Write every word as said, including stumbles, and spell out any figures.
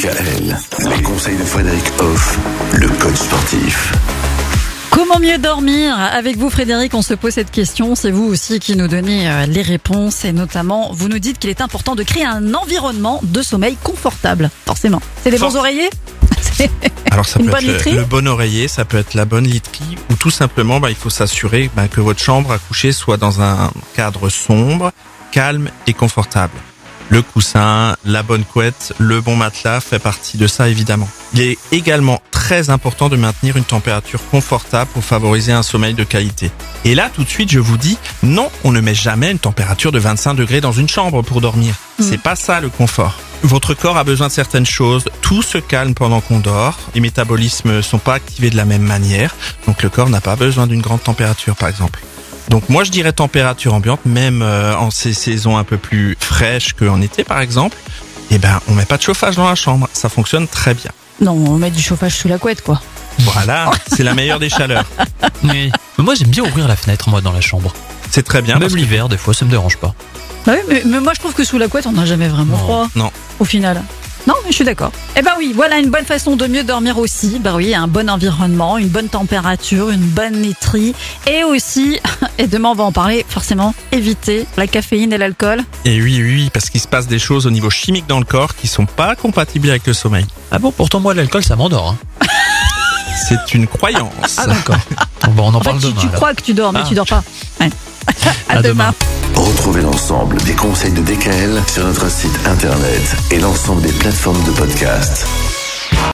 K L, les conseils de Frédéric Hoff, le coach sportif. Comment mieux dormir? Avec vous, Frédéric, on se pose cette question. C'est vous aussi qui nous donnez les réponses. Et notamment, vous nous dites qu'il est important de créer un environnement de sommeil confortable. Forcément. C'est des bons oreillers? Alors ça Une peut bonne être le, literie le bon oreiller, ça peut être la bonne literie, ou tout simplement bah, il faut s'assurer bah, que votre chambre à coucher soit dans un cadre sombre, calme et confortable. Le coussin, la bonne couette, le bon matelas fait partie de ça évidemment. Il est également très important de maintenir une température confortable pour favoriser un sommeil de qualité. Et là tout de suite je vous dis, non, on ne met jamais une température de vingt-cinq degrés dans une chambre pour dormir. Mmh. C'est pas ça le confort. Votre corps a besoin de certaines choses, tout se calme pendant qu'on dort, les métabolismes ne sont pas activés de la même manière, donc le corps n'a pas besoin d'une grande température par exemple. Donc moi je dirais température ambiante, même euh, en ces saisons un peu plus fraîches qu'en été par exemple, eh ben on met pas de chauffage dans la chambre, ça fonctionne très bien. Non, on met du chauffage sous la couette, quoi. Voilà, c'est la meilleure des chaleurs. Oui. Mais moi j'aime bien ouvrir la fenêtre moi dans la chambre. C'est très bien. Même l'hiver, des fois ça me dérange pas. Bah oui, mais, mais moi je trouve que sous la couette on n'a jamais vraiment Non. froid. Non. Au final. Non, mais je suis d'accord. Eh ben oui, voilà une bonne façon de mieux dormir aussi. Bah oui, un bon environnement, une bonne température, une bonne literie. Et aussi, et demain on va en parler, forcément, éviter la caféine et l'alcool. Et oui, oui, oui, parce qu'il se passe des choses au niveau chimique dans le corps qui sont pas compatibles avec le sommeil. Ah bon, pourtant moi l'alcool ça m'endort. Hein. C'est une croyance. Ah d'accord. Bon, on en En fait, parle tu, demain. tu alors. crois que tu dors, mais Ah. tu dors pas. Ouais. À, À demain. demain. Retrouvez l'ensemble des conseils de D K L sur notre site internet et l'ensemble des plateformes de podcast.